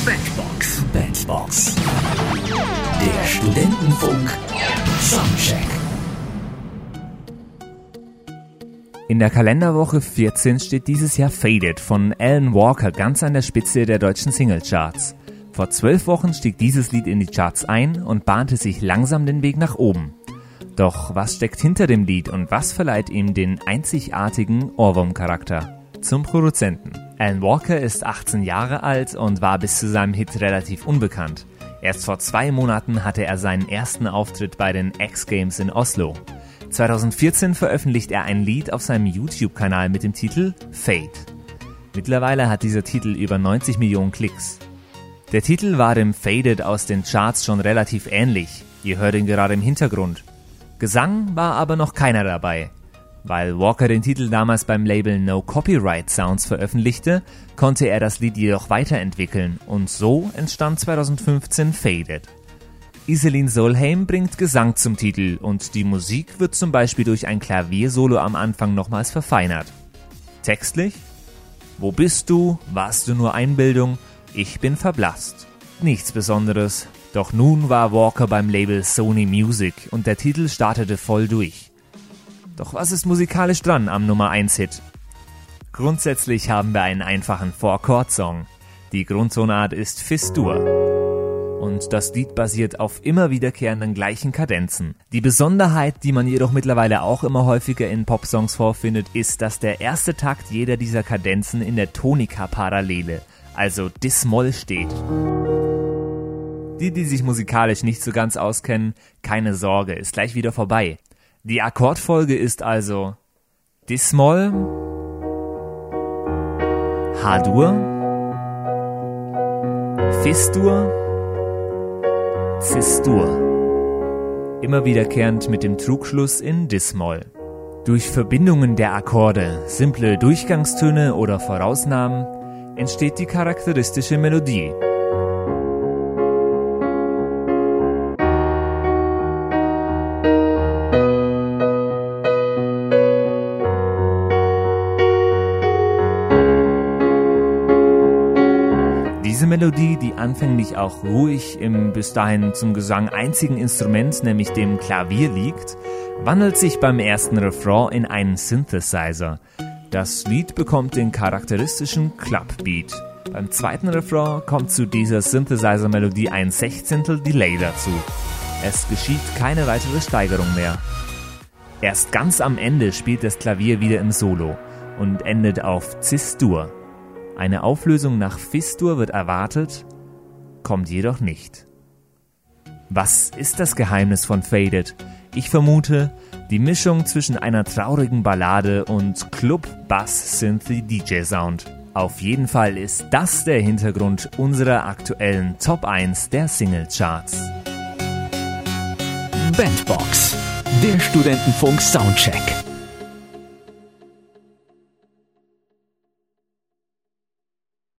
Bandbox. Der Studentenfunk Soundcheck. In der Kalenderwoche 14 steht dieses Jahr Faded von Alan Walker ganz an der Spitze der deutschen Singlecharts. Vor 12 Wochen stieg dieses Lied in die Charts ein und bahnte sich langsam den Weg nach oben. Doch was steckt hinter dem Lied und was verleiht ihm den einzigartigen Ohrwurmcharakter? Zum Produzenten. Alan Walker ist 18 Jahre alt und war bis zu seinem Hit relativ unbekannt. Erst vor 2 Monaten hatte er seinen ersten Auftritt bei den X-Games in Oslo. 2014 veröffentlicht er ein Lied auf seinem YouTube-Kanal mit dem Titel Fade. Mittlerweile hat dieser Titel über 90 Millionen Klicks. Der Titel war dem Faded aus den Charts schon relativ ähnlich. Ihr hört ihn gerade im Hintergrund. Gesang war aber noch keiner dabei. Weil Walker den Titel damals beim Label No Copyright Sounds veröffentlichte, konnte er das Lied jedoch weiterentwickeln und so entstand 2015 Faded. Iselin Solheim bringt Gesang zum Titel und die Musik wird zum Beispiel durch ein Klaviersolo am Anfang nochmals verfeinert. Textlich? Wo bist du? Warst du nur Einbildung? Ich bin verblasst. Nichts Besonderes, doch nun war Walker beim Label Sony Music und der Titel startete voll durch. Doch was ist musikalisch dran am Nummer 1 Hit? Grundsätzlich haben wir einen einfachen 4-Chord-Song. Die Grundtonart ist Fis-Dur. Und das Lied basiert auf immer wiederkehrenden gleichen Kadenzen. Die Besonderheit, die man jedoch mittlerweile auch immer häufiger in Popsongs vorfindet, ist, dass der erste Takt jeder dieser Kadenzen in der Tonika-Parallele, also Dis-Moll steht. Die sich musikalisch nicht so ganz auskennen, keine Sorge, ist gleich wieder vorbei. Die Akkordfolge ist also Dis-Moll, H-Dur, Fis-Dur, Cis-Dur. Immer wiederkehrend mit dem Trugschluss in Dis-Moll. Durch Verbindungen der Akkorde, simple Durchgangstöne oder Vorausnahmen entsteht die charakteristische Melodie. Diese Melodie, die anfänglich auch ruhig im bis dahin zum Gesang einzigen Instrument, nämlich dem Klavier liegt, wandelt sich beim ersten Refrain in einen Synthesizer. Das Lied bekommt den charakteristischen Club-Beat. Beim zweiten Refrain kommt zu dieser Synthesizer-Melodie ein 16. Delay dazu. Es geschieht keine weitere Steigerung mehr. Erst ganz am Ende spielt das Klavier wieder im Solo und endet auf Cis-Dur. Eine Auflösung nach Fis-Dur wird erwartet, kommt jedoch nicht. Was ist das Geheimnis von Faded? Ich vermute, die Mischung zwischen einer traurigen Ballade und Club-Bass-Synthie-DJ-Sound. Auf jeden Fall ist das der Hintergrund unserer aktuellen Top 1 der Singlecharts. Bandbox, der Studentenfunk Soundcheck.